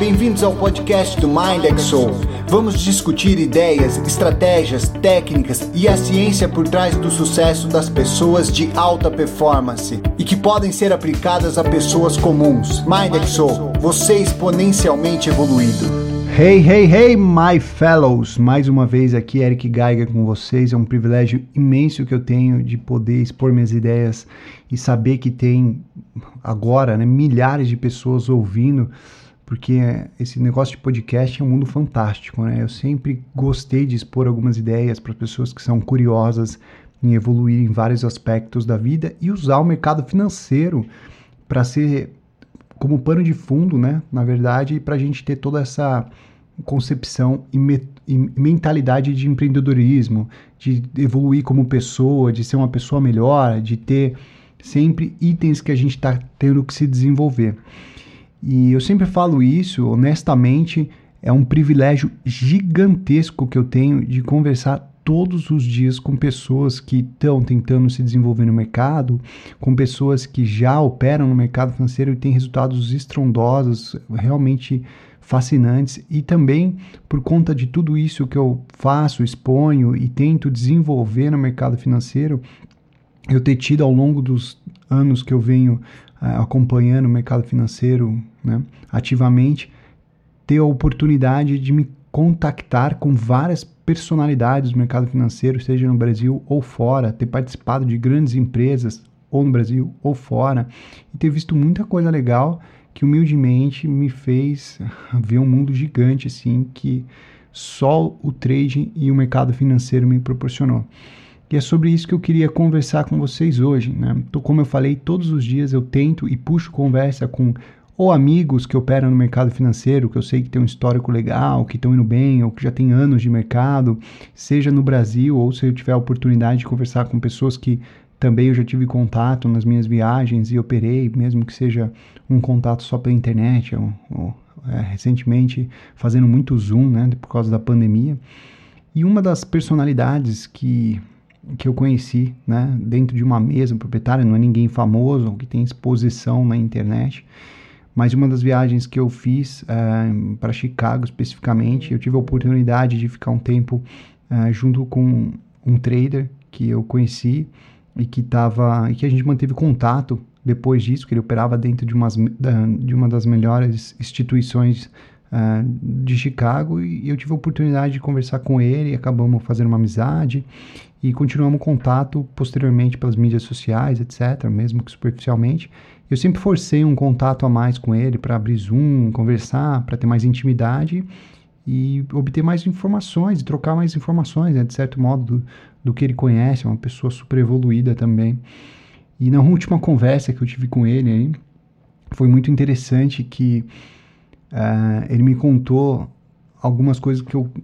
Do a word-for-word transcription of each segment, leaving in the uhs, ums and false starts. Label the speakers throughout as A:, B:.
A: bem-vindos ao podcast do MindXO. Vamos discutir ideias, estratégias, técnicas e a ciência por trás do sucesso das pessoas de alta performance e que podem ser aplicadas a pessoas comuns. MindXO, você exponencialmente evoluído.
B: Hey, hey, hey, my fellows! Mais uma vez aqui, Eric Geiger com vocês. É um privilégio imenso que eu tenho de poder expor minhas ideias e saber que tem agora, né, milhares de pessoas ouvindo, porque esse negócio de podcast é um mundo fantástico, né? Eu sempre gostei de expor algumas ideias para pessoas que são curiosas em evoluir em vários aspectos da vida e usar o mercado financeiro para ser como pano de fundo, né? Na verdade, para a gente ter toda essa concepção e, me, e mentalidade de empreendedorismo, de evoluir como pessoa, de ser uma pessoa melhor, de ter sempre itens que a gente está tendo que se desenvolver. E eu sempre falo isso, honestamente, é um privilégio gigantesco que eu tenho de conversar todos os dias com pessoas que estão tentando se desenvolver no mercado, com pessoas que já operam no mercado financeiro e têm resultados estrondosos, realmente fascinantes, e também por conta de tudo isso que eu faço, exponho e tento desenvolver no mercado financeiro, eu ter tido ao longo dos anos que eu venho uh, acompanhando o mercado financeiro, né, ativamente, ter a oportunidade de me contactar com várias personalidades do mercado financeiro, seja no Brasil ou fora, ter participado de grandes empresas, ou no Brasil ou fora, e ter visto muita coisa legal que humildemente me fez ver um mundo gigante, assim, que só o trading e o mercado financeiro me proporcionou. E é sobre isso que eu queria conversar com vocês hoje, né? Então, como eu falei, todos os dias eu tento e puxo conversa com ou amigos que operam no mercado financeiro, que eu sei que tem um histórico legal, que estão indo bem, ou que já tem anos de mercado, seja no Brasil, ou se eu tiver a oportunidade de conversar com pessoas que também eu já tive contato nas minhas viagens e operei, mesmo que seja um contato só pela internet, ou, ou é, recentemente fazendo muito Zoom, né, por causa da pandemia. E uma das personalidades que, que eu conheci, né, dentro de uma mesa proprietária, não é ninguém famoso, que tem exposição na internet, mas uma das viagens que eu fiz uh, para Chicago especificamente, eu tive a oportunidade de ficar um tempo uh, junto com um trader que eu conheci e que, tava, e que a gente manteve contato depois disso, que ele operava dentro de, umas, de uma das melhores instituições uh, de Chicago, e eu tive a oportunidade de conversar com ele, e acabamos fazendo uma amizade e continuamos contato posteriormente pelas mídias sociais, etcétera, mesmo que superficialmente. Eu sempre forcei um contato a mais com ele para abrir Zoom, conversar, para ter mais intimidade e obter mais informações, trocar mais informações, né, de certo modo, do, do que ele conhece, é uma pessoa super evoluída também. E na última conversa que eu tive com ele, aí, foi muito interessante que uh, ele me contou algumas coisas que eu...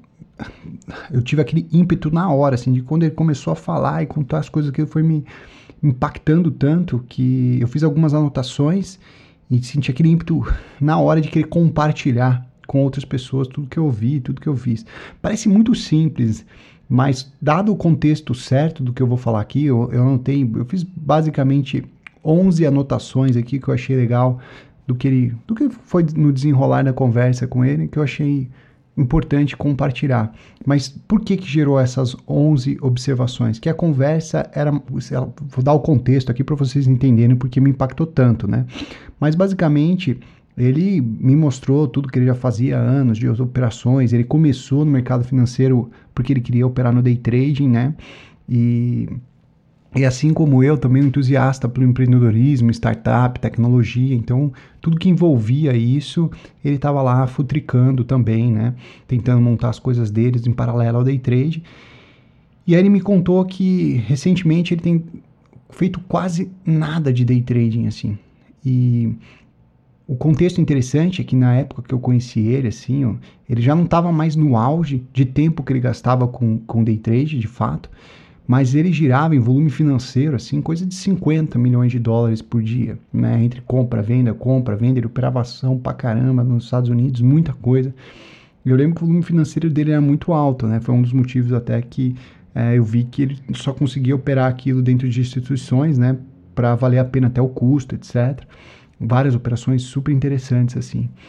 B: Eu tive aquele ímpeto na hora, assim, de quando ele começou a falar e contar as coisas que foi me impactando tanto que eu fiz algumas anotações e senti aquele ímpeto na hora de querer compartilhar com outras pessoas tudo que eu vi, tudo que eu fiz. Parece muito simples, mas dado o contexto certo do que eu vou falar aqui, eu, eu anotei, eu fiz basicamente onze anotações aqui que eu achei legal do que ele, do que foi no desenrolar da conversa com ele, que eu achei importante compartilhar. Mas por que que gerou essas onze observações? Que a conversa era... Vou dar o contexto aqui para vocês entenderem porque me impactou tanto, né? Mas basicamente ele me mostrou tudo que ele já fazia há anos de operações. Ele começou no mercado financeiro porque ele queria operar no day trading, né? E... E assim como eu, também um entusiasta pelo empreendedorismo, startup, tecnologia, então tudo que envolvia isso, ele estava lá futricando também, né? Tentando montar as coisas deles em paralelo ao day trade. E aí ele me contou que recentemente ele tem feito quase nada de day trading, assim. E o contexto interessante é que na época que eu conheci ele, assim, ó, ele já não estava mais no auge de tempo que ele gastava com, com day trade, de fato, mas ele girava em volume financeiro, assim, coisa de cinquenta milhões de dólares por dia, né, entre compra, venda, compra, venda, ele operava ação pra caramba nos Estados Unidos, muita coisa. Eu lembro que o volume financeiro dele era muito alto, né, foi um dos motivos até que é, eu vi que ele só conseguia operar aquilo dentro de instituições, né, para valer a pena até o custo, etcétera. Várias operações super interessantes, assim.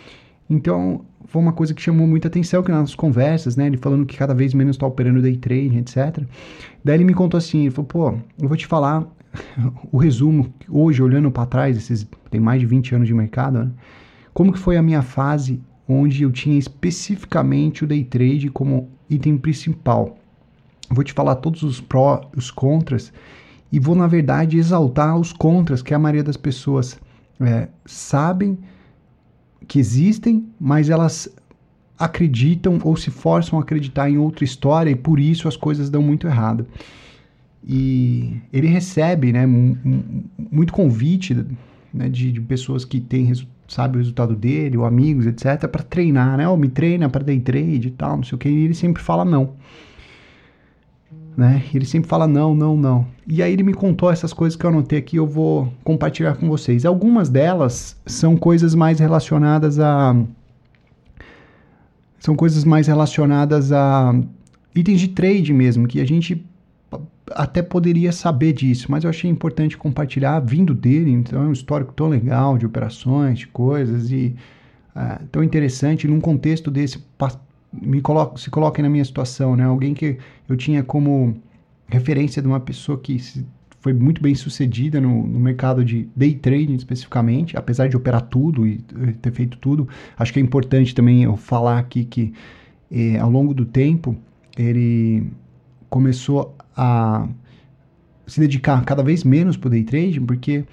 B: Então, foi uma coisa que chamou muita atenção, que nas conversas, né, ele falando que cada vez menos está operando day trade, etcétera. Daí ele me contou assim, ele falou, pô, eu vou te falar o resumo, hoje, olhando para trás, esses, tem mais de vinte anos de mercado, né, como que foi a minha fase onde eu tinha especificamente o day trade como item principal. Eu vou te falar todos os prós, os contras, e vou, na verdade, exaltar os contras, que a maioria das pessoas é, sabem que existem, mas elas acreditam ou se forçam a acreditar em outra história e por isso as coisas dão muito errado. E ele recebe, né, muito convite, né, de, de pessoas que têm, sabe o resultado dele, ou amigos, etcétera, para treinar, né? Oh, me treina para day trade e tal, não sei o que, e ele sempre fala não. Né? Ele sempre fala não, não, não. E aí ele me contou essas coisas que eu anotei aqui, eu vou compartilhar com vocês. Algumas delas são coisas mais relacionadas a... São coisas mais relacionadas a itens de trade mesmo, que a gente até poderia saber disso, mas eu achei importante compartilhar vindo dele. Então é um histórico tão legal de operações, de coisas, e uh, tão interessante num contexto desse... Me coloco, se coloquem na minha situação, né? Alguém que eu tinha como referência de uma pessoa que foi muito bem sucedida no, no mercado de day trading especificamente, apesar de operar tudo e ter feito tudo. Acho que é importante também eu falar aqui que eh, ao longo do tempo ele começou a se dedicar cada vez menos para o day trading, porque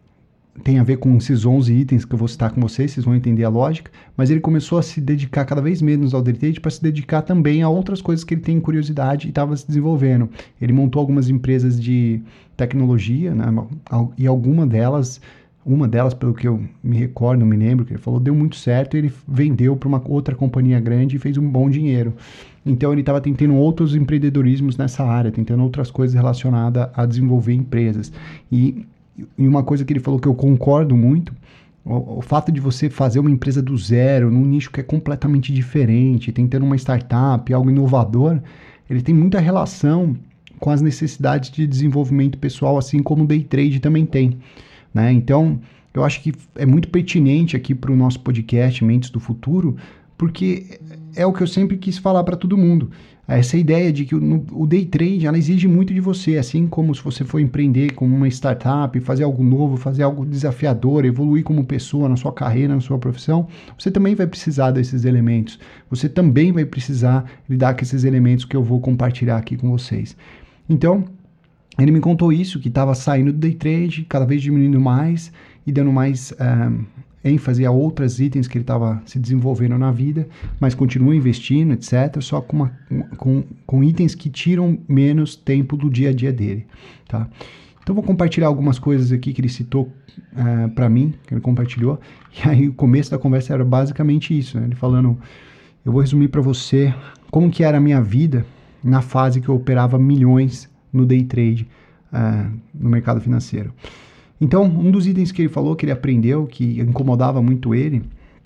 B: tem a ver com esses onze itens que eu vou citar com vocês, vocês vão entender a lógica, mas ele começou a se dedicar cada vez menos ao day trade para se dedicar também a outras coisas que ele tem curiosidade e estava se desenvolvendo. Ele montou algumas empresas de tecnologia, né, e alguma delas, uma delas, pelo que eu me recordo, não me lembro, que ele falou, deu muito certo, e ele vendeu para uma outra companhia grande e fez um bom dinheiro. Então ele estava tentando outros empreendedorismos nessa área, tentando outras coisas relacionadas a desenvolver empresas. E E uma coisa que ele falou que eu concordo muito, o, o fato de você fazer uma empresa do zero, num nicho que é completamente diferente, tentando uma startup, algo inovador, ele tem muita relação com as necessidades de desenvolvimento pessoal, assim como o day trade também tem, né? Então, eu acho que é muito pertinente aqui para o nosso podcast Mentes do Futuro, porque é o que eu sempre quis falar para todo mundo. Essa ideia de que o, o day trade, ela exige muito de você, assim como se você for empreender com uma startup, fazer algo novo, fazer algo desafiador, evoluir como pessoa na sua carreira, na sua profissão, você também vai precisar desses elementos. Você também vai precisar lidar com esses elementos que eu vou compartilhar aqui com vocês. Então, ele me contou isso, que estava saindo do day trade, cada vez diminuindo mais e dando mais... Uh, ênfase a outros itens que ele estava se desenvolvendo na vida, mas continua investindo, etcétera, só com, uma, com, com itens que tiram menos tempo do dia a dia dele, tá? Então vou compartilhar algumas coisas aqui que ele citou uh, para mim, que ele compartilhou, e aí o começo da conversa era basicamente isso, né? Ele falando, eu vou resumir para você como que era a minha vida na fase que eu operava milhões no day trade, uh, no mercado financeiro. Então, um dos itens que ele falou, que ele aprendeu, que incomodava muito ele,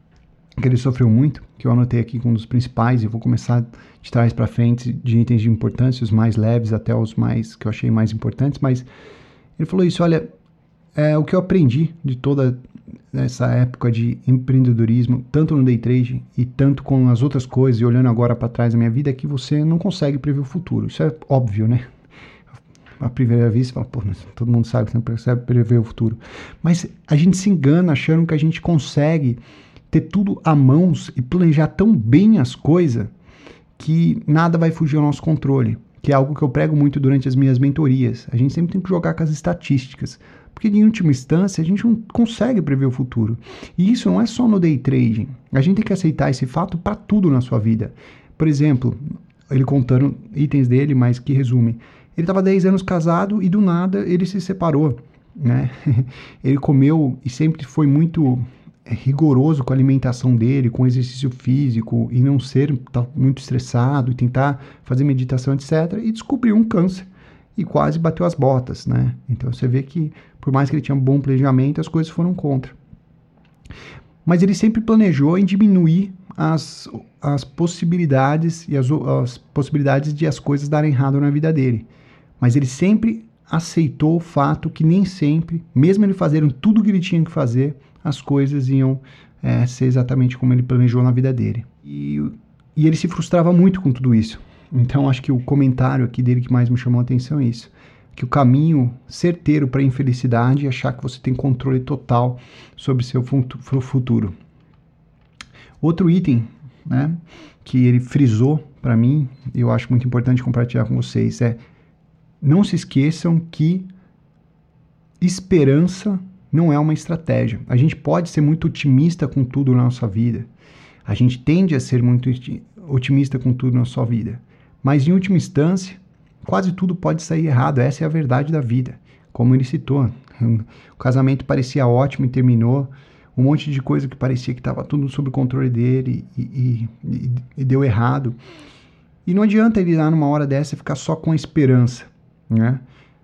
B: que ele sofreu muito, que eu anotei aqui como um dos principais, e vou começar de trás para frente, de itens de importância, os mais leves até os mais que eu achei mais importantes, mas ele falou isso, olha, é, o que eu aprendi de toda essa época de empreendedorismo, tanto no day trade e tanto com as outras coisas, e olhando agora para trás da minha vida, é que você não consegue prever o futuro. Isso é óbvio, né? À primeira vista, fala, pô, todo mundo sabe que você não percebe prever o futuro. Mas a gente se engana achando que a gente consegue ter tudo à mãos e planejar tão bem as coisas que nada vai fugir ao nosso controle, que é algo que eu prego muito durante as minhas mentorias. A gente sempre tem que jogar com as estatísticas, porque em última instância a gente não consegue prever o futuro. E isso não é só no day trading. A gente tem que aceitar esse fato para tudo na sua vida. Por exemplo, ele contando itens dele, mas que resume. Ele estava dez anos casado e do nada ele se separou, né? Ele comeu e sempre foi muito rigoroso com a alimentação dele, com exercício físico e não ser tá, muito estressado e tentar fazer meditação, etcétera. E descobriu um câncer e quase bateu as botas, né? Então você vê que por mais que ele tinha um bom planejamento, as coisas foram contra. Mas ele sempre planejou em diminuir as, as possibilidades e as, as possibilidades de as coisas darem errado na vida dele. Mas ele sempre aceitou o fato que nem sempre, mesmo ele fazendo tudo o que ele tinha que fazer, as coisas iam é, ser exatamente como ele planejou na vida dele. E, e ele se frustrava muito com tudo isso. Então acho que o comentário aqui dele que mais me chamou a atenção é isso. Que o caminho certeiro para a infelicidade é achar que você tem controle total sobre seu futuro. Outro item, né, que ele frisou para mim, e eu acho muito importante compartilhar com vocês, é: não se esqueçam que esperança não é uma estratégia. A gente pode ser muito otimista com tudo na nossa vida. A gente tende a ser muito otimista com tudo na sua vida. Mas, em última instância, quase tudo pode sair errado. Essa é a verdade da vida. Como ele citou, o casamento parecia ótimo e terminou. Um monte de coisa que parecia que estava tudo sob o controle dele e, e, e, e deu errado. E não adianta ele lá numa hora dessa ficar só com a esperança, né?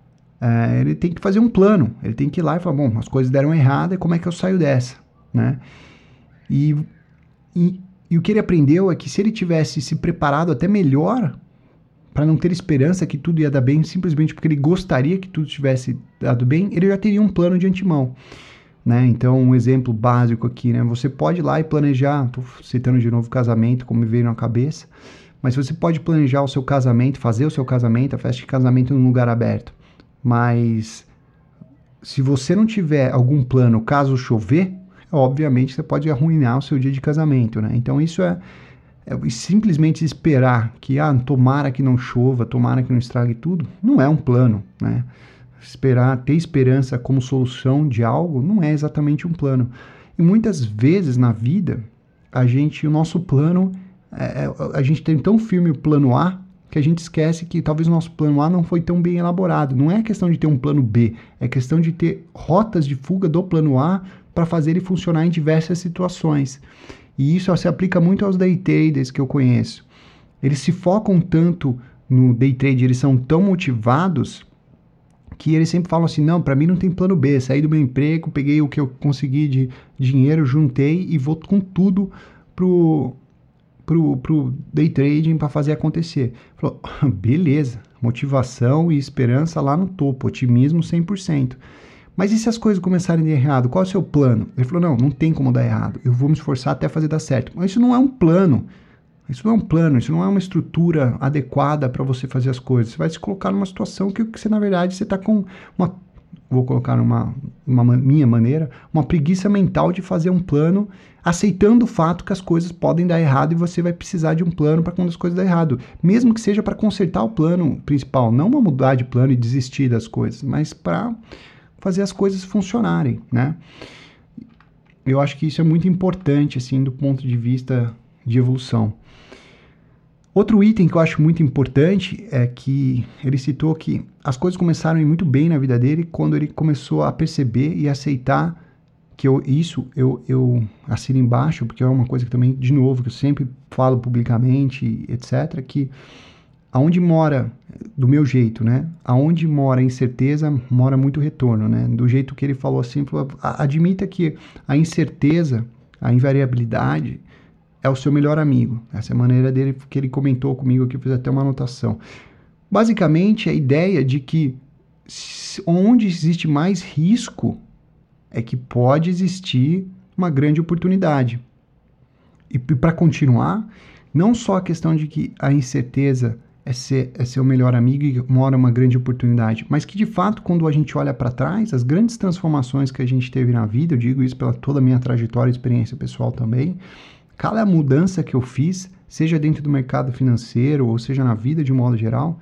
B: É, ele tem que fazer um plano. Ele tem que ir lá e falar, bom, as coisas deram errado, e como é que eu saio dessa, né? E, e, e o que ele aprendeu é que se ele tivesse se preparado até melhor para não ter esperança que tudo ia dar bem, simplesmente porque ele gostaria que tudo tivesse dado bem, ele já teria um plano de antemão, né? Então, um exemplo básico aqui, né? Você pode ir lá e planejar, estou citando de novo casamento, como me veio na cabeça, mas você pode planejar o seu casamento, fazer o seu casamento, a festa de casamento num lugar aberto. Mas se você não tiver algum plano caso chover, obviamente você pode arruinar o seu dia de casamento, né? Então isso é, é simplesmente esperar que, ah, tomara que não chova, tomara que não estrague tudo, não é um plano, né? Esperar, ter esperança como solução de algo não é exatamente um plano. E muitas vezes na vida, a gente, o nosso plano, é, a gente tem tão firme o plano A, que a gente esquece que talvez o nosso plano A não foi tão bem elaborado. Não é questão de ter um plano B, é questão de ter rotas de fuga do plano A para fazer ele funcionar em diversas situações. E isso se aplica muito aos day traders que eu conheço. Eles se focam tanto no day trade, eles são tão motivados que eles sempre falam assim, não, para mim não tem plano B, saí do meu emprego, peguei o que eu consegui de dinheiro, juntei e vou com tudo pro... Pro, pro day trading para fazer acontecer. Falou, beleza, motivação e esperança lá no topo, otimismo cem por cento. Mas e se as coisas começarem a dar errado? Qual é o seu plano? Ele falou, não, não tem como dar errado, eu vou me esforçar até fazer dar certo. Mas isso não é um plano, isso não é um plano, isso não é uma estrutura adequada para você fazer as coisas. Você vai se colocar numa situação que, que você, na verdade, você está com uma, vou colocar numa uma minha maneira, uma preguiça mental de fazer um plano, aceitando o fato que as coisas podem dar errado e você vai precisar de um plano para quando as coisas dar errado. Mesmo que seja para consertar o plano principal, não para mudar de plano e desistir das coisas, mas para fazer as coisas funcionarem, né? Eu acho que isso é muito importante, assim, do ponto de vista de evolução. Outro item que eu acho muito importante é que ele citou que as coisas começaram a ir muito bem na vida dele quando ele começou a perceber e aceitar que eu, isso eu, eu assino embaixo, porque é uma coisa que também, de novo, que eu sempre falo publicamente, etcétera, que aonde mora, do meu jeito, né, aonde mora a incerteza, mora muito retorno, né, do jeito que ele falou assim, falou, admita que a incerteza, a invariabilidade é o seu melhor amigo. Essa é a maneira dele, que ele comentou comigo aqui, eu fiz até uma anotação. Basicamente, a ideia de que onde existe mais risco é que pode existir uma grande oportunidade. E para continuar, não só a questão de que a incerteza é ser, é ser o melhor amigo e mora uma grande oportunidade, mas que de fato, quando a gente olha para trás, as grandes transformações que a gente teve na vida, eu digo isso pela toda a minha trajetória e experiência pessoal também, cada mudança que eu fiz, seja dentro do mercado financeiro ou seja na vida de um modo geral,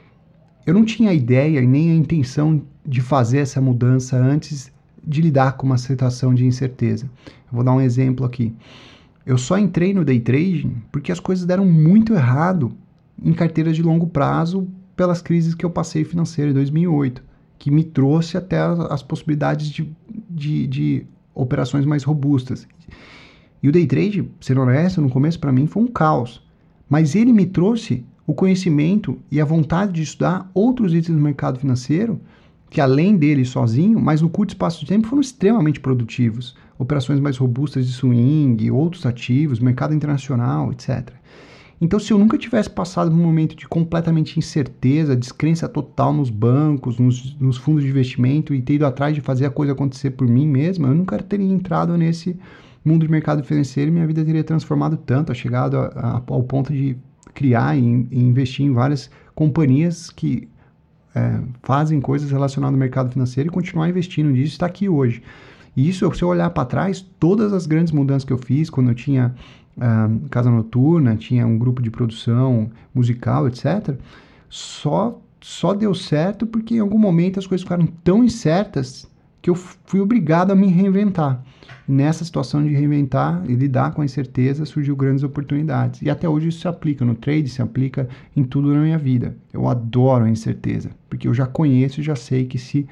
B: eu não tinha a ideia e nem a intenção de fazer essa mudança antes de lidar com uma situação de incerteza. Eu vou dar um exemplo aqui. Eu só entrei no day trading porque as coisas deram muito errado em carteiras de longo prazo pelas crises que eu passei financeira em dois mil e oito, que me trouxe até as, as possibilidades de, de, de operações mais robustas. E o day trade, sendo honesto, no começo para mim foi um caos, mas ele me trouxe o conhecimento e a vontade de estudar outros itens do mercado financeiro que além dele sozinho, mas no curto espaço de tempo foram extremamente produtivos. Operações mais robustas de swing, outros ativos, mercado internacional, etcétera. Então, se eu nunca tivesse passado por um momento de completamente incerteza, descrença total nos bancos, nos, nos fundos de investimento e ter ido atrás de fazer a coisa acontecer por mim mesmo, eu nunca teria entrado nesse, mundo de mercado financeiro, minha vida teria transformado tanto, chegado a, a, ao ponto de criar e, e investir em várias companhias que é, fazem coisas relacionadas ao mercado financeiro e continuar investindo nisso, está aqui hoje. E isso, se eu olhar para trás, todas as grandes mudanças que eu fiz, quando eu tinha uh, casa noturna, tinha um grupo de produção musical, etcétera, só, só deu certo porque em algum momento as coisas ficaram tão incertas que eu fui obrigado a me reinventar. E nessa situação de reinventar e lidar com a incerteza, surgiu grandes oportunidades. E até hoje isso se aplica no trade, se aplica em tudo na minha vida. Eu adoro a incerteza, porque eu já conheço e já sei que se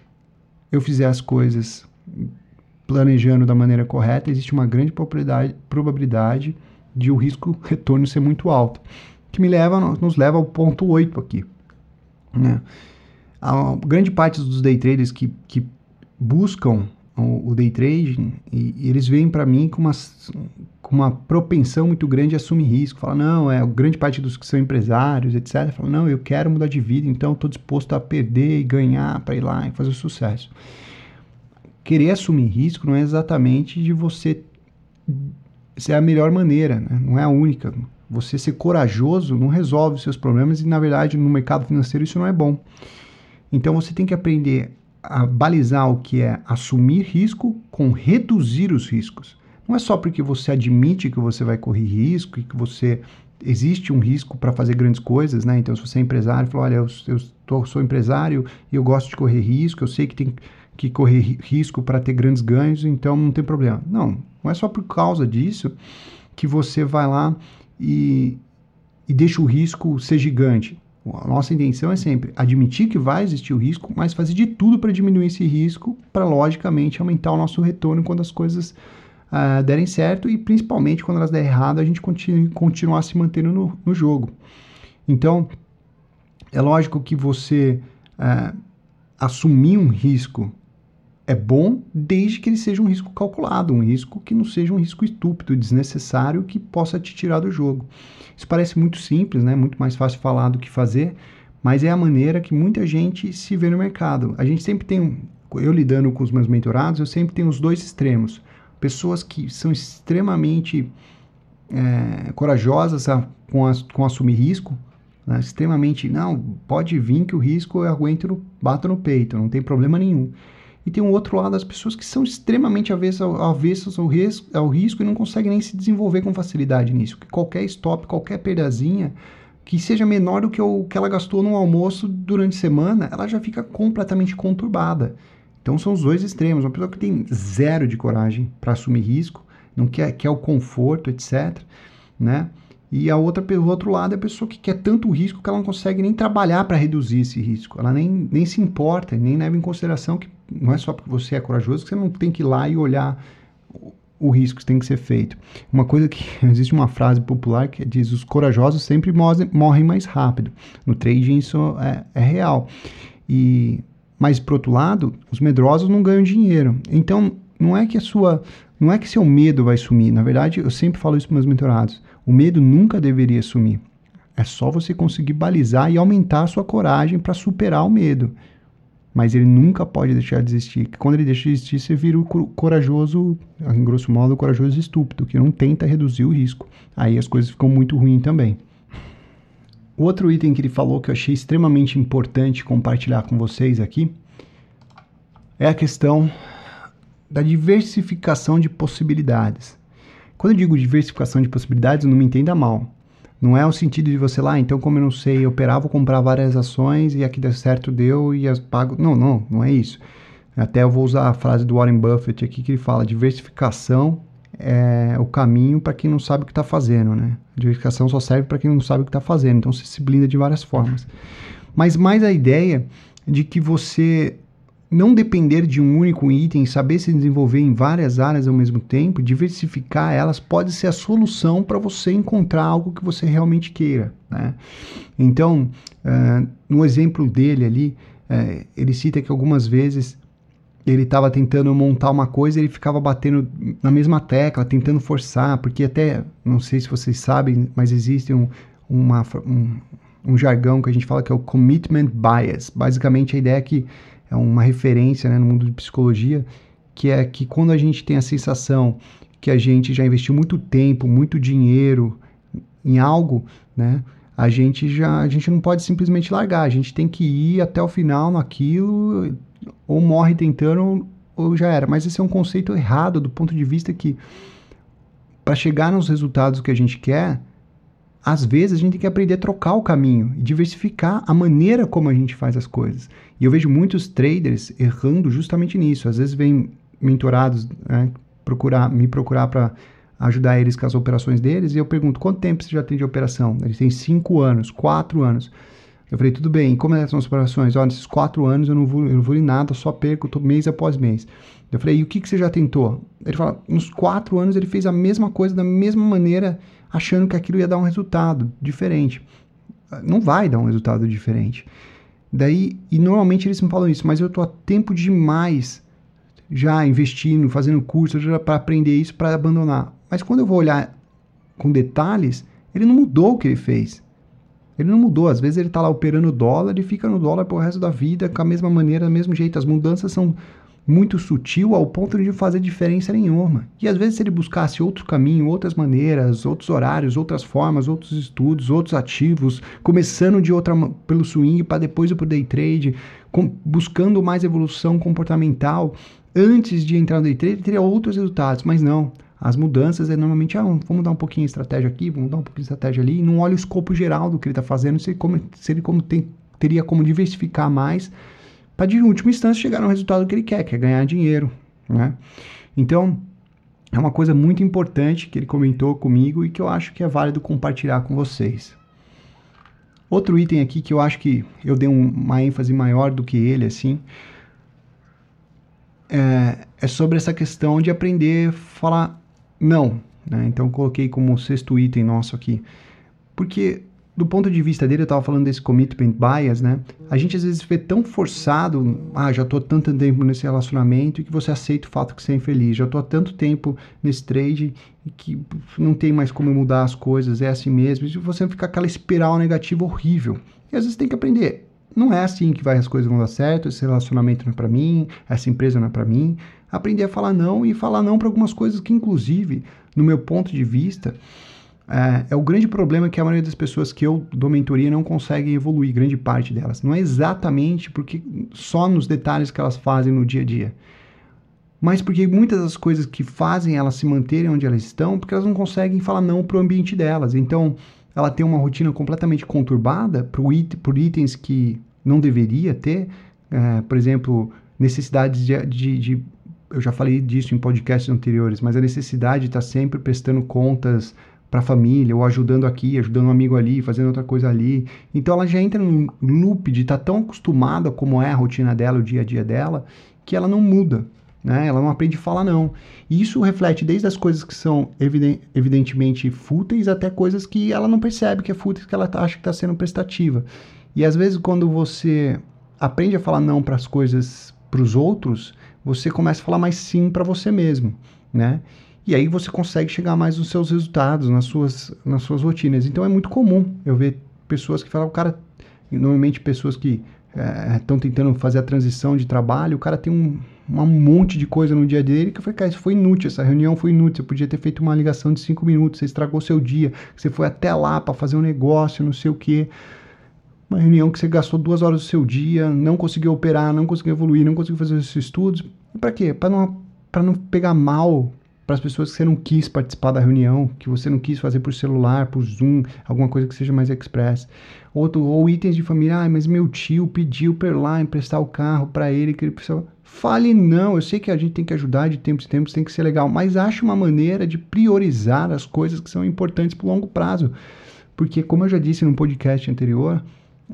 B: eu fizer as coisas planejando da maneira correta, existe uma grande probabilidade, probabilidade de o risco-retorno ser muito alto, que me leva, nos leva ao ponto oito aqui. Né? A grande parte dos day traders que, que buscam o, o day trading, e, e eles vêm para mim com uma, com uma propensão muito grande a assumir risco. Falam, não, é, a grande parte dos que são empresários, etcétera, falam, não, eu quero mudar de vida, então estou disposto a perder e ganhar para ir lá e fazer sucesso. Querer assumir risco não é exatamente de você ser a melhor maneira, né? Não é a única. Você ser corajoso não resolve os seus problemas e, na verdade, no mercado financeiro isso não é bom. Então, você tem que aprender a balizar o que é assumir risco com reduzir os riscos. Não é só porque você admite que você vai correr risco e que você existe um risco para fazer grandes coisas, né? Então, se você é empresário, fala, olha, eu, eu tô, sou empresário e eu gosto de correr risco, eu sei que tem que correr risco para ter grandes ganhos, então não tem problema. Não, não é só por causa disso que você vai lá e, e deixa o risco ser gigante. A nossa intenção é sempre admitir que vai existir o risco, mas fazer de tudo para diminuir esse risco, para logicamente aumentar o nosso retorno quando as coisas uh, derem certo e principalmente quando elas derem errado, a gente continue, continuar se mantendo no, no jogo. Então, é lógico que você uh, assumir um risco é bom desde que ele seja um risco calculado, um risco que não seja um risco estúpido, desnecessário, que possa te tirar do jogo. Isso parece muito simples, né? Muito mais fácil falar do que fazer, mas é a maneira que muita gente se vê no mercado. A gente sempre tem, eu lidando com os meus mentorados, eu sempre tenho os dois extremos. Pessoas que são extremamente é, corajosas a, com, a, com assumir risco, né? Extremamente, não, pode vir que o risco eu aguento, no, bato no peito, não tem problema nenhum. E tem um outro lado das pessoas que são extremamente avessas ao, avessas ao, ris, ao risco e não conseguem nem se desenvolver com facilidade nisso. Que qualquer stop, qualquer perdazinha, que seja menor do que o que ela gastou no almoço durante a semana, ela já fica completamente conturbada. Então são os dois extremos. Uma pessoa que tem zero de coragem para assumir risco, não quer, quer o conforto, etcétera, né? E a outra, pelo outro lado, é a pessoa que quer tanto risco que ela não consegue nem trabalhar para reduzir esse risco. Ela nem, nem se importa, nem leva em consideração que não é só porque você é corajoso que você não tem que ir lá e olhar o, o risco que tem que ser feito. Uma coisa que... Existe uma frase popular que diz, os corajosos sempre morrem mais rápido. No trading isso é, é real. E, mas, por outro lado, os medrosos não ganham dinheiro. Então, não é que a sua... Não é que seu medo vai sumir. Na verdade, eu sempre falo isso para meus mentorados. O medo nunca deveria sumir. É só você conseguir balizar e aumentar a sua coragem para superar o medo. Mas ele nunca pode deixar de existir. Quando ele deixa de existir, você vira o corajoso, em grosso modo, o corajoso estúpido, que não tenta reduzir o risco. Aí as coisas ficam muito ruins também. O outro item que ele falou que eu achei extremamente importante compartilhar com vocês aqui é a questão da diversificação de possibilidades. Quando eu digo diversificação de possibilidades, não me entenda mal. Não é o sentido de você lá, então como eu não sei operar, vou comprar várias ações e aqui deu certo, deu e as pago. Não, não, não é isso. Até eu vou usar a frase do Warren Buffett aqui que ele fala, diversificação é o caminho para quem não sabe o que está fazendo, né? A diversificação só serve para quem não sabe o que está fazendo, então você se blinda de várias formas. Mas mais a ideia de que você não depender de um único item, saber se desenvolver em várias áreas ao mesmo tempo, diversificar elas pode ser a solução para você encontrar algo que você realmente queira, né? Então, uh, no exemplo dele ali, uh, ele cita que algumas vezes ele estava tentando montar uma coisa e ele ficava batendo na mesma tecla, tentando forçar, porque até, não sei se vocês sabem, mas existe um, uma, um, um jargão que a gente fala que é o commitment bias. Basicamente a ideia é que é uma referência, né, no mundo de psicologia, que é que quando a gente tem a sensação que a gente já investiu muito tempo, muito dinheiro em algo, né? A gente já, a gente não pode simplesmente largar, a gente tem que ir até o final naquilo, ou morre tentando, ou já era. Mas esse é um conceito errado do ponto de vista que, para chegar nos resultados que a gente quer, às vezes a gente tem que aprender a trocar o caminho e diversificar a maneira como a gente faz as coisas. E eu vejo muitos traders errando justamente nisso. Às vezes vêm mentorados, né, procurar, me procurar para ajudar eles com as operações deles, e eu pergunto, quanto tempo você já tem de operação? Eles têm cinco anos, quatro anos. Eu falei, tudo bem, como são as operações? Olha, nesses quatro anos eu não vou, eu não vou em nada, só perco tô mês após mês. Eu falei, e o que, que você já tentou? Ele fala, nos quatro anos ele fez a mesma coisa, da mesma maneira, achando que aquilo ia dar um resultado diferente. Não vai dar um resultado diferente. Daí, e normalmente eles me falam isso, mas eu estou há tempo demais já investindo, fazendo curso para aprender isso, para abandonar. Mas quando eu vou olhar com detalhes, ele não mudou o que ele fez. Ele não mudou. Às vezes ele está lá operando dólar e fica no dólar pro resto da vida, com a mesma maneira, do mesmo jeito. As mudanças são muito sutil ao ponto de não fazer diferença nenhuma. E às vezes se ele buscasse outro caminho, outras maneiras, outros horários, outras formas, outros estudos, outros ativos, começando de outra pelo swing para depois ir pro day trade, com, buscando mais evolução comportamental, antes de entrar no day trade, ele teria outros resultados, mas não. As mudanças é normalmente, ah, vamos mudar um pouquinho a estratégia aqui, vamos mudar um pouquinho a estratégia ali, e não olha o escopo geral do que ele está fazendo, se ele, como, se ele como tem, teria como diversificar mais, para de última instância chegar no resultado que ele quer, que é ganhar dinheiro, né? Então, é uma coisa muito importante que ele comentou comigo e que eu acho que é válido compartilhar com vocês. Outro item aqui que eu acho que eu dei um, uma ênfase maior do que ele, assim, é, é sobre essa questão de aprender a falar não, né? Então eu coloquei como sexto item nosso aqui, porque do ponto de vista dele, eu estava falando desse commitment bias, né? A gente às vezes vê tão forçado, ah, já estou tanto tempo nesse relacionamento, e que você aceita o fato que você é infeliz, já estou há tanto tempo nesse trade e que não tem mais como mudar as coisas, é assim mesmo, e você fica aquela espiral negativa horrível. E às vezes tem que aprender, não é assim que vai, as coisas vão dar certo, esse relacionamento não é para mim, essa empresa não é para mim. Aprender a falar não e falar não para algumas coisas que, inclusive, no meu ponto de vista, é, é o grande problema que a maioria das pessoas que eu dou mentoria não conseguem evoluir, grande parte delas. Não é exatamente porque só nos detalhes que elas fazem no dia a dia, mas porque muitas das coisas que fazem elas se manterem onde elas estão, porque elas não conseguem falar não para o ambiente delas. Então, ela tem uma rotina completamente conturbada por, it por itens que não deveria ter, é, por exemplo, necessidades de, de, de eu já falei disso em podcasts anteriores, mas a necessidade de estar sempre prestando contas para a família, ou ajudando aqui, ajudando um amigo ali, fazendo outra coisa ali. Então ela já entra num loop de estar tão acostumada como é a rotina dela, o dia a dia dela, que ela não muda, né? Ela não aprende a falar não. E isso reflete desde as coisas que são eviden evidentemente fúteis até coisas que ela não percebe que é fúteis, que ela acha que está sendo prestativa. E às vezes quando você aprende a falar não para as coisas, para os outros, você começa a falar mais sim para você mesmo, né? E aí você consegue chegar mais nos seus resultados, nas suas, nas suas rotinas. Então é muito comum eu ver pessoas que falam, o cara, normalmente pessoas que estão é, tentando fazer a transição de trabalho, o cara tem um, um monte de coisa no dia dele que eu falei, cara, isso foi inútil, essa reunião foi inútil, você podia ter feito uma ligação de cinco minutos, você estragou seu dia, você foi até lá para fazer um negócio, não sei o quê. Uma reunião que você gastou duas horas do seu dia, não conseguiu operar, não conseguiu evoluir, não conseguiu fazer esses estudos. E para quê? Para não, para não pegar mal para as pessoas que você não quis participar da reunião, que você não quis fazer por celular, por Zoom, alguma coisa que seja mais express. Outro, ou itens de família, ah, mas meu tio pediu para ir lá emprestar o carro para ele, que ele precisava. Fale não, eu sei que a gente tem que ajudar de tempos em tempos, tem que ser legal, mas ache uma maneira de priorizar as coisas que são importantes para o longo prazo. Porque, como eu já disse no podcast anterior,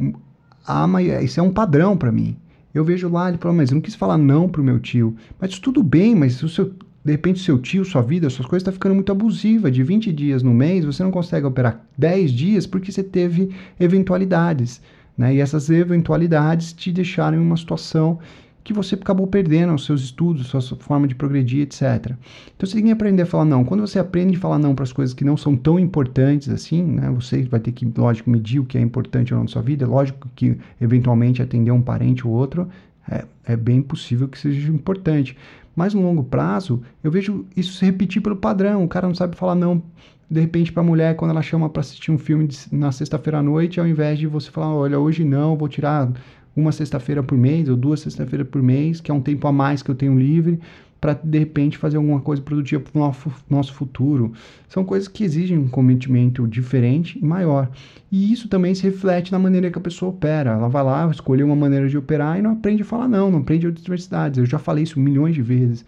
B: Ah, mas isso é um padrão para mim. Eu vejo lá, ele fala, mas eu não quis falar não pro meu tio. Mas tudo bem, mas o seu, de repente o seu tio, sua vida, suas coisas está ficando muito abusiva. De vinte dias no mês, você não consegue operar dez dias porque você teve eventualidades, né? E essas eventualidades te deixaram em uma situação que você acabou perdendo os seus estudos, sua forma de progredir, etcétera. Então você tem que aprender a falar não. Quando você aprende a falar não para as coisas que não são tão importantes assim, né, você vai ter que, lógico, medir o que é importante ou não na sua vida. É lógico que, eventualmente, atender um parente ou outro É, é bem possível que seja importante. Mas no longo prazo, eu vejo isso se repetir pelo padrão. O cara não sabe falar não, de repente, para a mulher, quando ela chama para assistir um filme de, na sexta-feira à noite, ao invés de você falar, olha, hoje não, vou tirar uma sexta-feira por mês ou duas sexta-feiras por mês, que é um tempo a mais que eu tenho livre, para de repente fazer alguma coisa produtiva para o nosso, nosso futuro. São coisas que exigem um comprometimento diferente e maior. E isso também se reflete na maneira que a pessoa opera. Ela vai lá, escolher uma maneira de operar e não aprende a falar não, não aprende outras diversidades. Eu já falei isso milhões de vezes.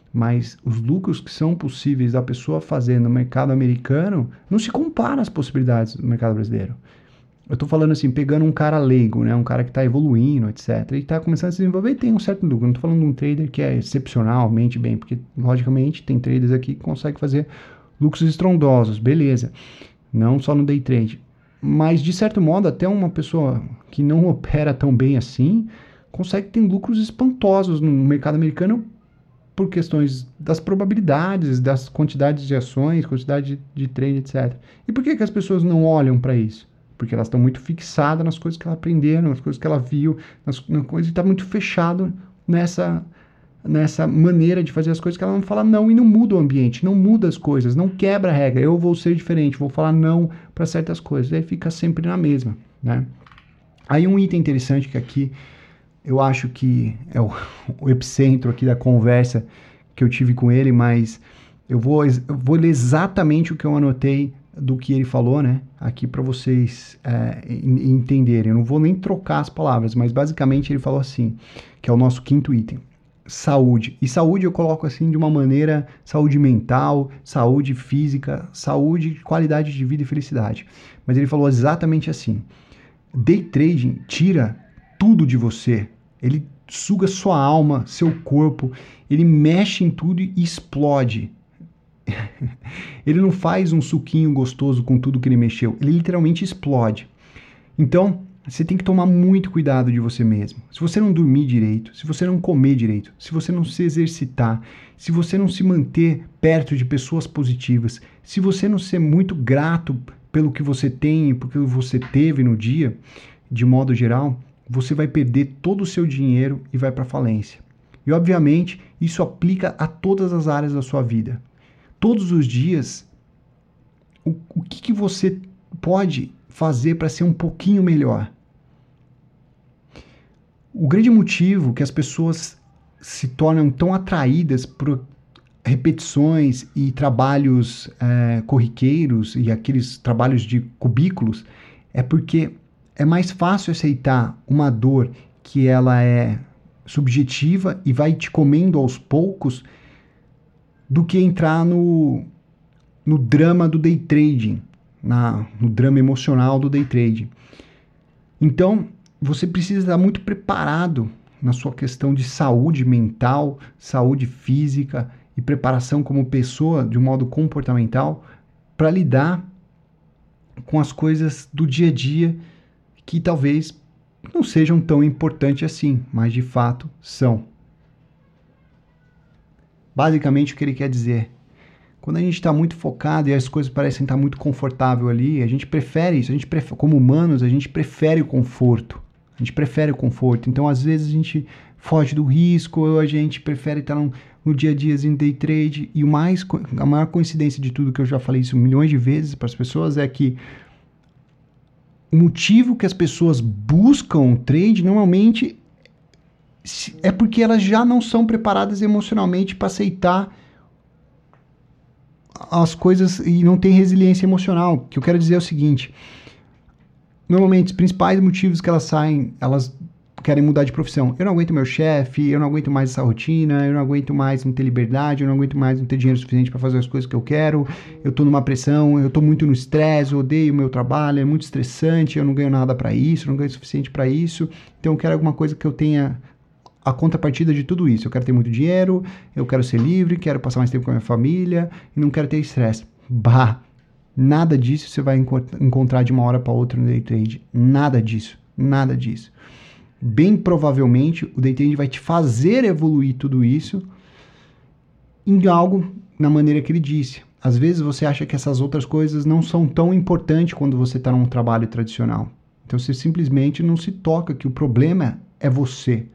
B: Mas os lucros que são possíveis da pessoa fazer no mercado americano não se compara às possibilidades do mercado brasileiro. Eu estou falando assim, pegando um cara leigo, né, um cara que está evoluindo, etcétera, e está começando a se desenvolver e tem um certo lucro. Não estou falando de um trader que é excepcionalmente bem, porque, logicamente, tem traders aqui que conseguem fazer lucros estrondosos, beleza. Não só no day trade. Mas, de certo modo, até uma pessoa que não opera tão bem assim, consegue ter lucros espantosos no mercado americano por questões das probabilidades, das quantidades de ações, quantidade de, de trade, etcétera. E por que, que as pessoas não olham para isso? Porque elas estão muito fixadas nas coisas que ela aprenderam, nas coisas que ela viu, nas, nas coisas, e está muito fechado nessa, nessa maneira de fazer as coisas que ela não fala não e não muda o ambiente, não muda as coisas, não quebra a regra. Eu vou ser diferente, vou falar não para certas coisas. Aí fica sempre na mesma, né? Aí um item interessante que aqui eu acho que é o, o epicentro aqui da conversa que eu tive com ele, mas eu vou, eu vou ler exatamente o que eu anotei do que ele falou, né, aqui para vocês é, entenderem. Eu não vou nem trocar as palavras, mas basicamente ele falou assim, que é o nosso quinto item, saúde. E saúde eu coloco assim de uma maneira, saúde mental, saúde física, saúde, qualidade de vida e felicidade. Mas ele falou exatamente assim, day trading tira tudo de você, ele suga sua alma, seu corpo, ele mexe em tudo e explode. Ele não faz um suquinho gostoso com tudo que ele mexeu, ele literalmente explode. Então, você tem que tomar muito cuidado de você mesmo. Se você não dormir direito, se você não comer direito, se você não se exercitar, se você não se manter perto de pessoas positivas, se você não ser muito grato pelo que você tem, pelo que você teve no dia, de modo geral, você vai perder todo o seu dinheiro e vai para falência. E, obviamente, isso aplica a todas as áreas da sua vida. Todos os dias, o, o que, que você pode fazer para ser um pouquinho melhor? O grande motivo que as pessoas se tornam tão atraídas por repetições e trabalhos é, corriqueiros e aqueles trabalhos de cubículos é porque é mais fácil aceitar uma dor que ela é subjetiva e vai te comendo aos poucos do que entrar no, no drama do day trading, na, no drama emocional do day trading. Então, você precisa estar muito preparado na sua questão de saúde mental, saúde física e preparação como pessoa de um modo comportamental para lidar com as coisas do dia a dia que talvez não sejam tão importantes assim, mas de fato são. Basicamente, o que ele quer dizer, quando a gente está muito focado e as coisas parecem estar muito confortável ali, a gente prefere isso, a gente prefere, como humanos, a gente prefere o conforto, a gente prefere o conforto, então às vezes a gente foge do risco, ou a gente prefere estar no, no dia a dia em day trade, e o mais, a maior coincidência de tudo, que eu já falei isso milhões de vezes para as pessoas, é que o motivo que as pessoas buscam trade normalmente é porque elas já não são preparadas emocionalmente para aceitar as coisas e não tem resiliência emocional. O que eu quero dizer é o seguinte, normalmente os principais motivos que elas saem, elas querem mudar de profissão. Eu não aguento meu chefe, eu não aguento mais essa rotina, eu não aguento mais não ter liberdade, eu não aguento mais não ter dinheiro suficiente para fazer as coisas que eu quero, eu tô numa pressão, eu tô muito no estresse, eu odeio o meu trabalho, é muito estressante, eu não ganho nada para isso, eu não ganho o suficiente para isso, então eu quero alguma coisa que eu tenha a contrapartida de tudo isso. Eu quero ter muito dinheiro, eu quero ser livre, quero passar mais tempo com a minha família e não quero ter estresse. Bah, nada disso você vai encontrar de uma hora para outra no day trade. Nada disso, nada disso. Bem provavelmente o day trade vai te fazer evoluir tudo isso em algo na maneira que ele disse. Às vezes você acha que essas outras coisas não são tão importantes quando você está num trabalho tradicional. Então você simplesmente não se toca que o problema é você.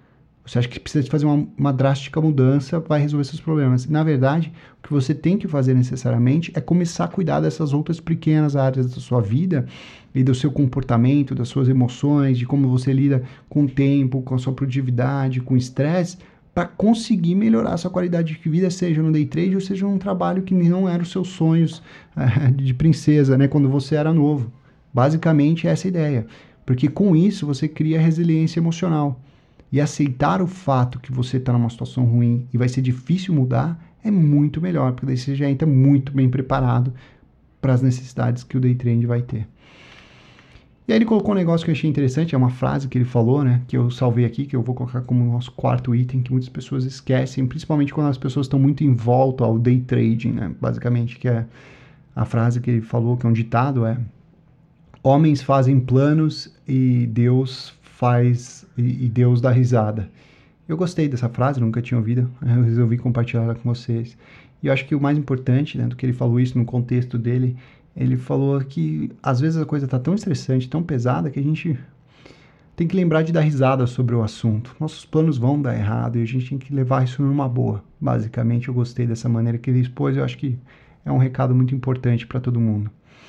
B: Você acha que precisa de fazer uma, uma drástica mudança, vai resolver seus problemas. Na verdade, o que você tem que fazer necessariamente é começar a cuidar dessas outras pequenas áreas da sua vida e do seu comportamento, das suas emoções, de como você lida com o tempo, com a sua produtividade, com o estresse, para conseguir melhorar a sua qualidade de vida, seja no day trade ou seja num trabalho que não era os seus sonhos uh, de princesa, né, quando você era novo. Basicamente, essa é a ideia. Porque com isso você cria resiliência emocional. E aceitar o fato que você está numa situação ruim e vai ser difícil mudar é muito melhor, porque daí você já entra muito bem preparado para as necessidades que o day trade vai ter. E aí ele colocou um negócio que eu achei interessante, é uma frase que ele falou, né, que eu salvei aqui, que eu vou colocar como nosso quarto item, que muitas pessoas esquecem, principalmente quando as pessoas estão muito em volta ao day trading, né, basicamente, que é a frase que ele falou, que é um ditado, é: homens fazem planos e Deus faz e, e Deus dá risada. Eu gostei dessa frase, nunca tinha ouvido, eu resolvi compartilhar ela com vocês. E eu acho que o mais importante, né, do que ele falou isso no contexto dele, ele falou que às vezes a coisa está tão estressante, tão pesada, que a gente tem que lembrar de dar risada sobre o assunto. Nossos planos vão dar errado e a gente tem que levar isso numa boa. Basicamente, eu gostei dessa maneira que ele expôs, eu acho que é um recado muito importante para todo mundo.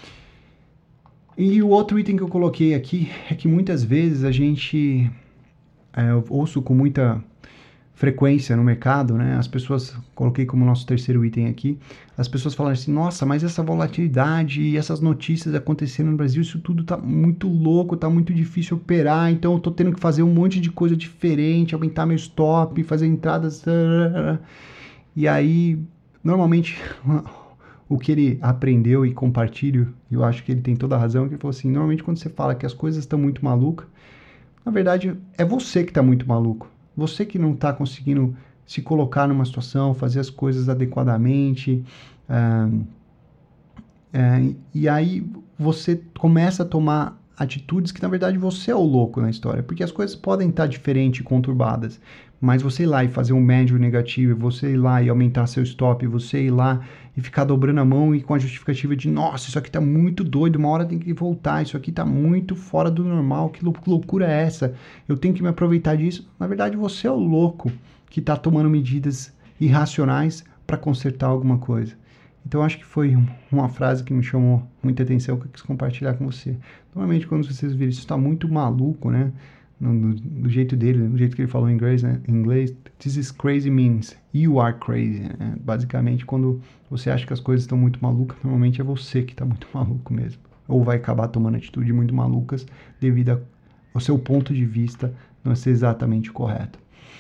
B: E o outro item que eu coloquei aqui é que muitas vezes a gente, é, eu ouço com muita frequência no mercado, né? As pessoas, coloquei como nosso terceiro item aqui, as pessoas falam assim: nossa, mas essa volatilidade e essas notícias acontecendo no Brasil, isso tudo tá muito louco, tá muito difícil operar, então eu tô tendo que fazer um monte de coisa diferente, aumentar meu stop, fazer entradas. E aí, normalmente, o que ele aprendeu e compartilho, e eu acho que ele tem toda a razão, que ele falou assim: normalmente quando você fala que as coisas estão muito malucas, na verdade é você que está muito maluco. Você que não está conseguindo se colocar numa situação, fazer as coisas adequadamente, uh, uh, e aí você começa a tomar atitudes que na verdade você é o louco na história, porque as coisas podem estar diferentes e conturbadas, mas você ir lá e fazer um médio negativo, você ir lá e aumentar seu stop, você ir lá e ficar dobrando a mão e com a justificativa de: nossa, isso aqui tá muito doido, uma hora tem que voltar, isso aqui tá muito fora do normal, que loucura é essa? Eu tenho que me aproveitar disso. Na verdade, você é o louco que tá tomando medidas irracionais para consertar alguma coisa. Então, acho que foi uma frase que me chamou muita atenção, que eu quis compartilhar com você. Normalmente, quando vocês viram isso, tá muito maluco, né? No, do jeito dele, do jeito que ele falou em inglês, né? Em inglês, this is crazy means you are crazy. Né? Basicamente, quando você acha que as coisas estão muito malucas, normalmente é você que está muito maluco mesmo. Ou vai acabar tomando atitudes muito malucas devido ao seu ponto de vista não ser exatamente correto.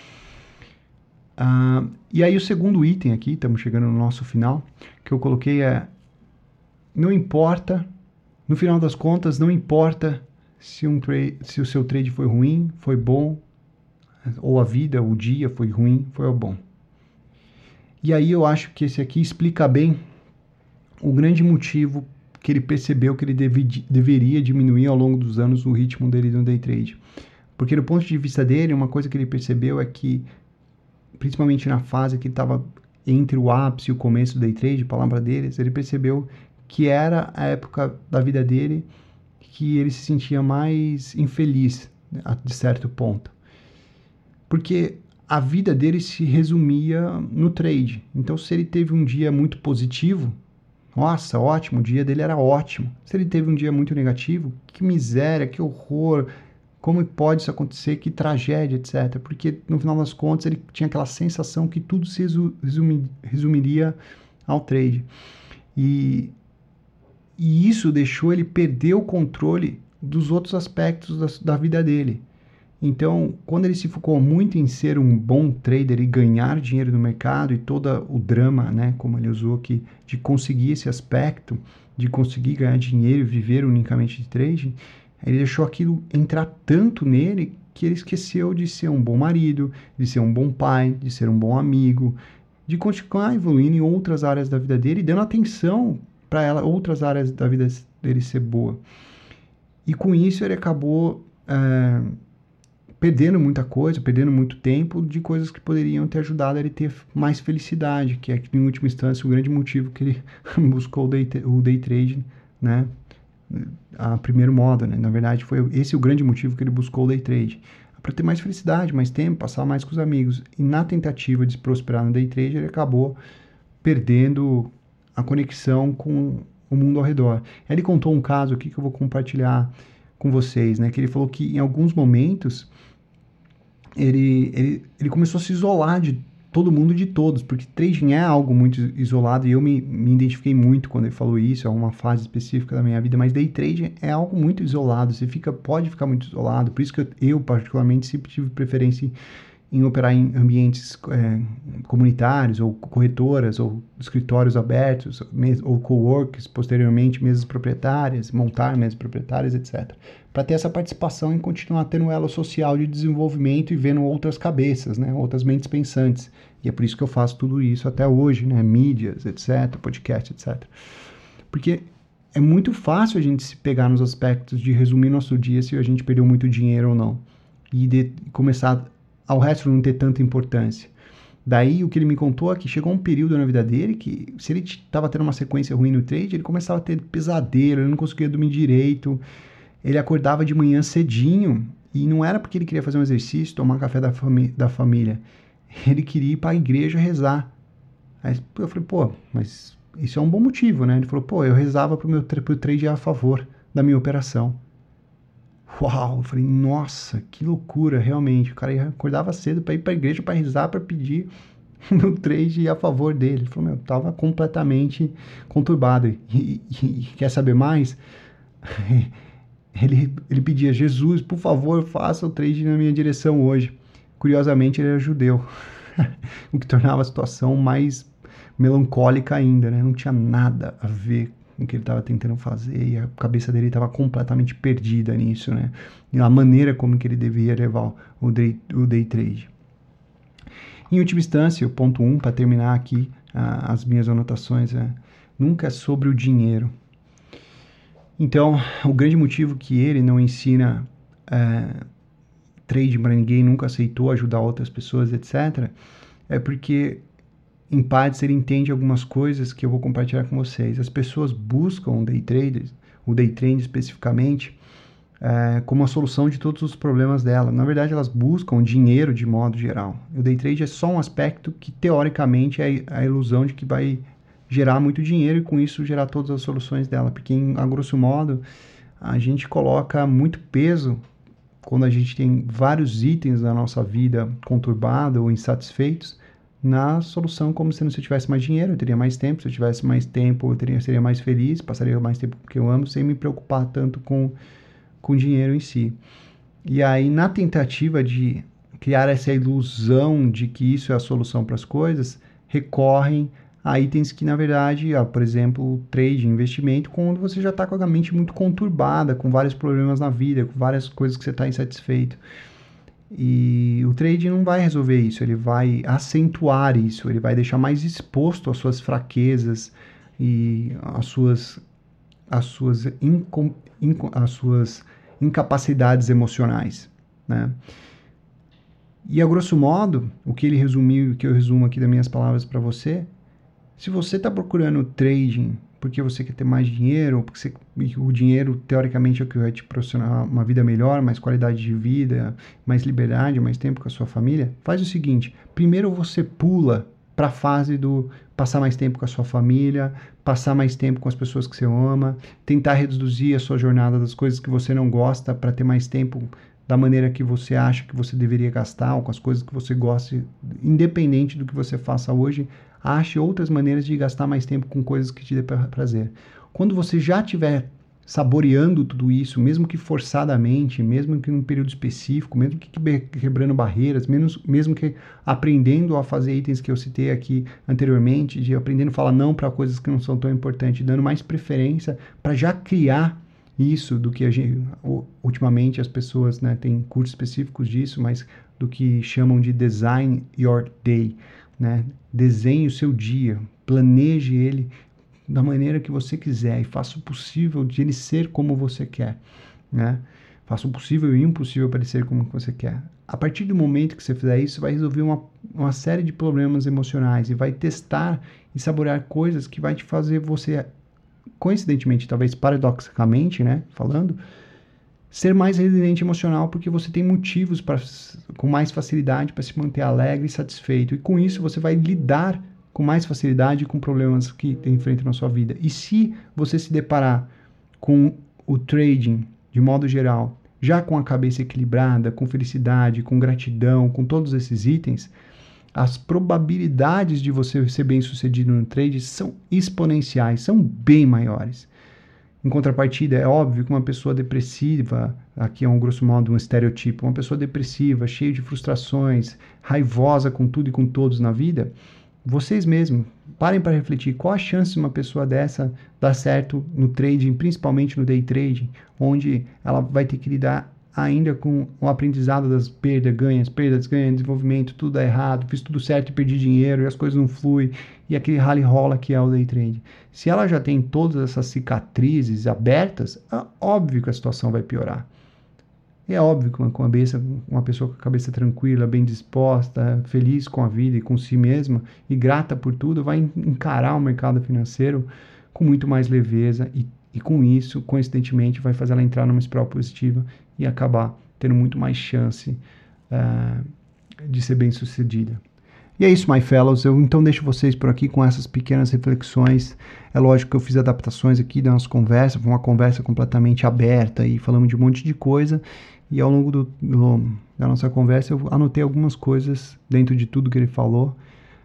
B: Uh, e aí o segundo item aqui, estamos chegando no nosso final, que eu coloquei é: não importa, no final das contas, não importa Se, um trade, se o seu trade foi ruim, foi bom, ou a vida, o dia foi ruim, foi bom. E aí eu acho que esse aqui explica bem o grande motivo que ele percebeu que ele deve, deveria diminuir ao longo dos anos o ritmo dele no day trade. Porque do ponto de vista dele, uma coisa que ele percebeu é que, principalmente na fase que estava entre o ápice e o começo do day trade, palavra deles, ele percebeu que era a época da vida dele que ele se sentia mais infeliz, né, de certo ponto. Porque a vida dele se resumia no trade. Então, se ele teve um dia muito positivo, nossa, ótimo, o dia dele era ótimo. Se ele teve um dia muito negativo, que miséria, que horror, como pode isso acontecer, que tragédia, etcétera. Porque, no final das contas, ele tinha aquela sensação que tudo se resumi, resumiria ao trade. E... E isso deixou ele perder o controle dos outros aspectos da, da vida dele. Então, quando ele se focou muito em ser um bom trader e ganhar dinheiro no mercado e todo o drama, né, como ele usou aqui, de conseguir esse aspecto, de conseguir ganhar dinheiro e viver unicamente de trading, ele deixou aquilo entrar tanto nele que ele esqueceu de ser um bom marido, de ser um bom pai, de ser um bom amigo, de continuar evoluindo em outras áreas da vida dele e dando atenção para ela, outras áreas da vida dele ser boa. E com isso ele acabou é, perdendo muita coisa, perdendo muito tempo de coisas que poderiam ter ajudado ele a ter mais felicidade, que é que, em última instância, o grande motivo que ele buscou o day, o day trading, né, a primeiro modo, né, na verdade foi esse o grande motivo que ele buscou o day trade. para ter mais felicidade, mais tempo, passar mais com os amigos. E na tentativa de se prosperar no day trade, ele acabou perdendo a conexão com o mundo ao redor. Ele contou um caso aqui que eu vou compartilhar com vocês, né? Que ele falou que em alguns momentos ele, ele, ele começou a se isolar de todo mundo, de todos, porque trading é algo muito isolado, e eu me, me identifiquei muito quando ele falou isso, é uma fase específica da minha vida, mas day trading é algo muito isolado, você fica, pode ficar muito isolado, por isso que eu, eu particularmente sempre tive preferência em, em operar em ambientes é, comunitários, ou corretoras, ou escritórios abertos, ou coworks, posteriormente mesas proprietárias, montar mesas proprietárias, etcétera, para ter essa participação e continuar tendo um elo social de desenvolvimento e vendo outras cabeças, né, outras mentes pensantes. E é por isso que eu faço tudo isso até hoje, né, mídias, etcétera, podcast, etcétera. Porque é muito fácil a gente se pegar nos aspectos de resumir nosso dia se a gente perdeu muito dinheiro ou não. E de começar ao resto não ter tanta importância. Daí o que ele me contou é que chegou um período na vida dele que, se ele estava tendo uma sequência ruim no trade, ele começava a ter pesadelo, ele não conseguia dormir direito, ele acordava de manhã cedinho, e não era porque ele queria fazer um exercício, tomar café da, fami- da família, ele queria ir para a igreja rezar. Aí eu falei, pô, mas isso é um bom motivo, né? Ele falou, pô, eu rezava pro meu pro trade a favor da minha operação. Uau, eu falei, nossa, que loucura, realmente. O cara acordava cedo para ir para a igreja, para rezar, para pedir no trade a favor dele. Ele falou, meu, tava completamente conturbado. E, e, e quer saber mais? Ele, ele pedia, Jesus, por favor, faça o trade na minha direção hoje. Curiosamente, ele era judeu, o que tornava a situação mais melancólica ainda, né? Não tinha nada a ver com o que ele estava tentando fazer, e a cabeça dele estava completamente perdida nisso, né? E a maneira como que ele devia levar o day, o day trade. Em última instância, o ponto um, para terminar aqui uh, as minhas anotações, é nunca é sobre o dinheiro. Então, o grande motivo que ele não ensina uh, trading para ninguém, nunca aceitou ajudar outras pessoas, etcétera, é porque em partes ele entende algumas coisas que eu vou compartilhar com vocês. As pessoas buscam o day trade, o day trade especificamente, é, como a solução de todos os problemas dela. Na verdade, elas buscam dinheiro de modo geral. O day trade é só um aspecto que, teoricamente, é a ilusão de que vai gerar muito dinheiro e, com isso, gerar todas as soluções dela. Porque, em, a grosso modo, a gente coloca muito peso quando a gente tem vários itens na nossa vida conturbados ou insatisfeitos, na solução, como se eu tivesse mais dinheiro, eu teria mais tempo, se eu tivesse mais tempo, eu teria, seria mais feliz, passaria mais tempo que eu amo, sem me preocupar tanto com com dinheiro em si. E aí, na tentativa de criar essa ilusão de que isso é a solução para as coisas, recorrem a itens que, na verdade, ó, por exemplo, trade, investimento, quando você já está com a mente muito conturbada, com vários problemas na vida, com várias coisas que você está insatisfeito. E o trade não vai resolver isso, ele vai acentuar isso, ele vai deixar mais exposto às suas fraquezas e às suas, às suas, incom, inco, às suas incapacidades emocionais, né? E a grosso modo, o que ele resumiu, o que eu resumo aqui das minhas palavras para você, se você está procurando trading porque você quer ter mais dinheiro, porque você, o dinheiro, teoricamente, é o que vai te proporcionar uma vida melhor, mais qualidade de vida, mais liberdade, mais tempo com a sua família, faz o seguinte, primeiro você pula para a fase do passar mais tempo com a sua família, passar mais tempo com as pessoas que você ama, tentar reduzir a sua jornada das coisas que você não gosta para ter mais tempo da maneira que você acha que você deveria gastar, ou com as coisas que você gosta, independente do que você faça hoje, ache outras maneiras de gastar mais tempo com coisas que te dê prazer. Quando você já estiver saboreando tudo isso, mesmo que forçadamente, mesmo que num período específico, mesmo que quebrando barreiras, mesmo, mesmo que aprendendo a fazer itens que eu citei aqui anteriormente, de aprendendo a falar não para coisas que não são tão importantes, dando mais preferência para já criar isso do que a gente, ultimamente as pessoas, né, têm cursos específicos disso, mas do que chamam de design your day, né? Desenhe o seu dia, planeje ele da maneira que você quiser e faça o possível de ele ser como você quer, né? Faça o possível e o impossível para ele ser como você quer. A partir do momento que você fizer isso, vai resolver uma, uma série de problemas emocionais e vai testar e saborear coisas que vai te fazer você, coincidentemente, talvez paradoxicamente, né, falando, ser mais resiliente emocional, porque você tem motivos pra, com mais facilidade para se manter alegre e satisfeito. E com isso você vai lidar com mais facilidade com problemas que enfrenta na sua vida. E se você se deparar com o trading, de modo geral, já com a cabeça equilibrada, com felicidade, com gratidão, com todos esses itens, as probabilidades de você ser bem sucedido no trade são exponenciais, são bem maiores. Em contrapartida, é óbvio que uma pessoa depressiva, aqui é um grosso modo um estereotipo, uma pessoa depressiva, cheia de frustrações, raivosa com tudo e com todos na vida, vocês mesmos parem para refletir qual a chance de uma pessoa dessa dar certo no trading, principalmente no day trading, onde ela vai ter que lidar ainda com o aprendizado das perdas, ganhas, perdas, ganhas, desenvolvimento, tudo dá errado, fiz tudo certo e perdi dinheiro e as coisas não fluem, e aquele rally rola que é o day trade. Se ela já tem todas essas cicatrizes abertas, é óbvio que a situação vai piorar. É óbvio que uma, cabeça, uma pessoa com a cabeça tranquila, bem disposta, feliz com a vida e com si mesma e grata por tudo, vai encarar o mercado financeiro com muito mais leveza e, e com isso, coincidentemente, vai fazer ela entrar numa espiral positiva e acabar tendo muito mais chance uh, de ser bem sucedida. E é isso, my fellows. Eu então deixo vocês por aqui com essas pequenas reflexões. É lógico que eu fiz adaptações aqui da nossa conversa, foi uma conversa completamente aberta e falamos de um monte de coisa. E ao longo do, do, da nossa conversa eu anotei algumas coisas dentro de tudo que ele falou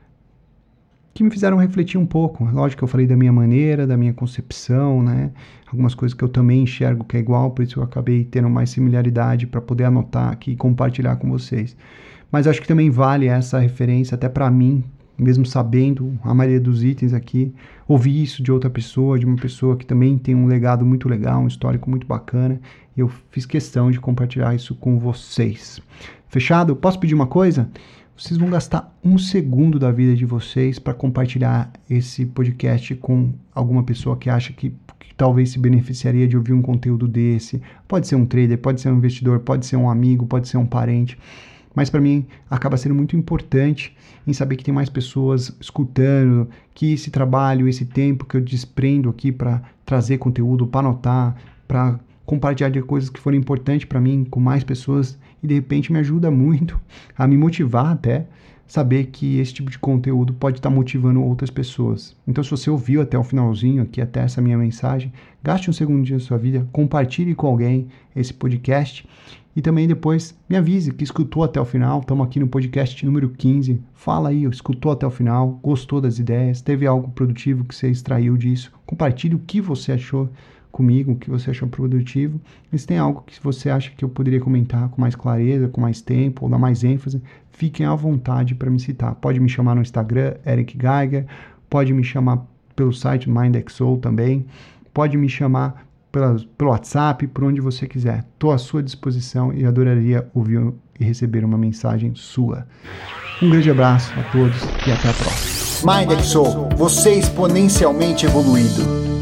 B: que me fizeram refletir um pouco. Lógico que eu falei da minha maneira, da minha concepção, né? Algumas coisas que eu também enxergo que é igual, por isso eu acabei tendo mais similaridade para poder anotar aqui e compartilhar com vocês. Mas acho que também vale essa referência até para mim, mesmo sabendo a maioria dos itens aqui, ouvir isso de outra pessoa, de uma pessoa que também tem um legado muito legal, um histórico muito bacana, e eu fiz questão de compartilhar isso com vocês. Fechado? Posso pedir uma coisa? Vocês vão gastar um segundo da vida de vocês para compartilhar esse podcast com alguma pessoa que acha que, que talvez se beneficiaria de ouvir um conteúdo desse. Pode ser um trader, pode ser um investidor, pode ser um amigo, pode ser um parente. Mas para mim acaba sendo muito importante em saber que tem mais pessoas escutando, que esse trabalho, esse tempo que eu desprendo aqui para trazer conteúdo, para anotar, para compartilhar de coisas que foram importantes para mim com mais pessoas e de repente me ajuda muito a me motivar até saber que esse tipo de conteúdo pode estar motivando outras pessoas. Então se você ouviu até o finalzinho aqui, até essa minha mensagem, gaste um segundinho da sua vida, compartilhe com alguém esse podcast e também depois me avise que escutou até o final. Estamos aqui no podcast número quinze. Fala aí, escutou até o final, gostou das ideias, teve algo produtivo que você extraiu disso. Compartilhe o que você achou comigo, o que você achou produtivo. E se tem algo que você acha que eu poderia comentar com mais clareza, com mais tempo, ou dar mais ênfase, fiquem à vontade para me citar. Pode me chamar no Instagram, Eric Geiger, pode me chamar pelo site MindXO também, pode me chamar pela, pelo WhatsApp, por onde você quiser. Estou à sua disposição e adoraria ouvir e receber uma mensagem sua. Um grande abraço a todos e até a próxima.
A: MindXO, você exponencialmente evoluído.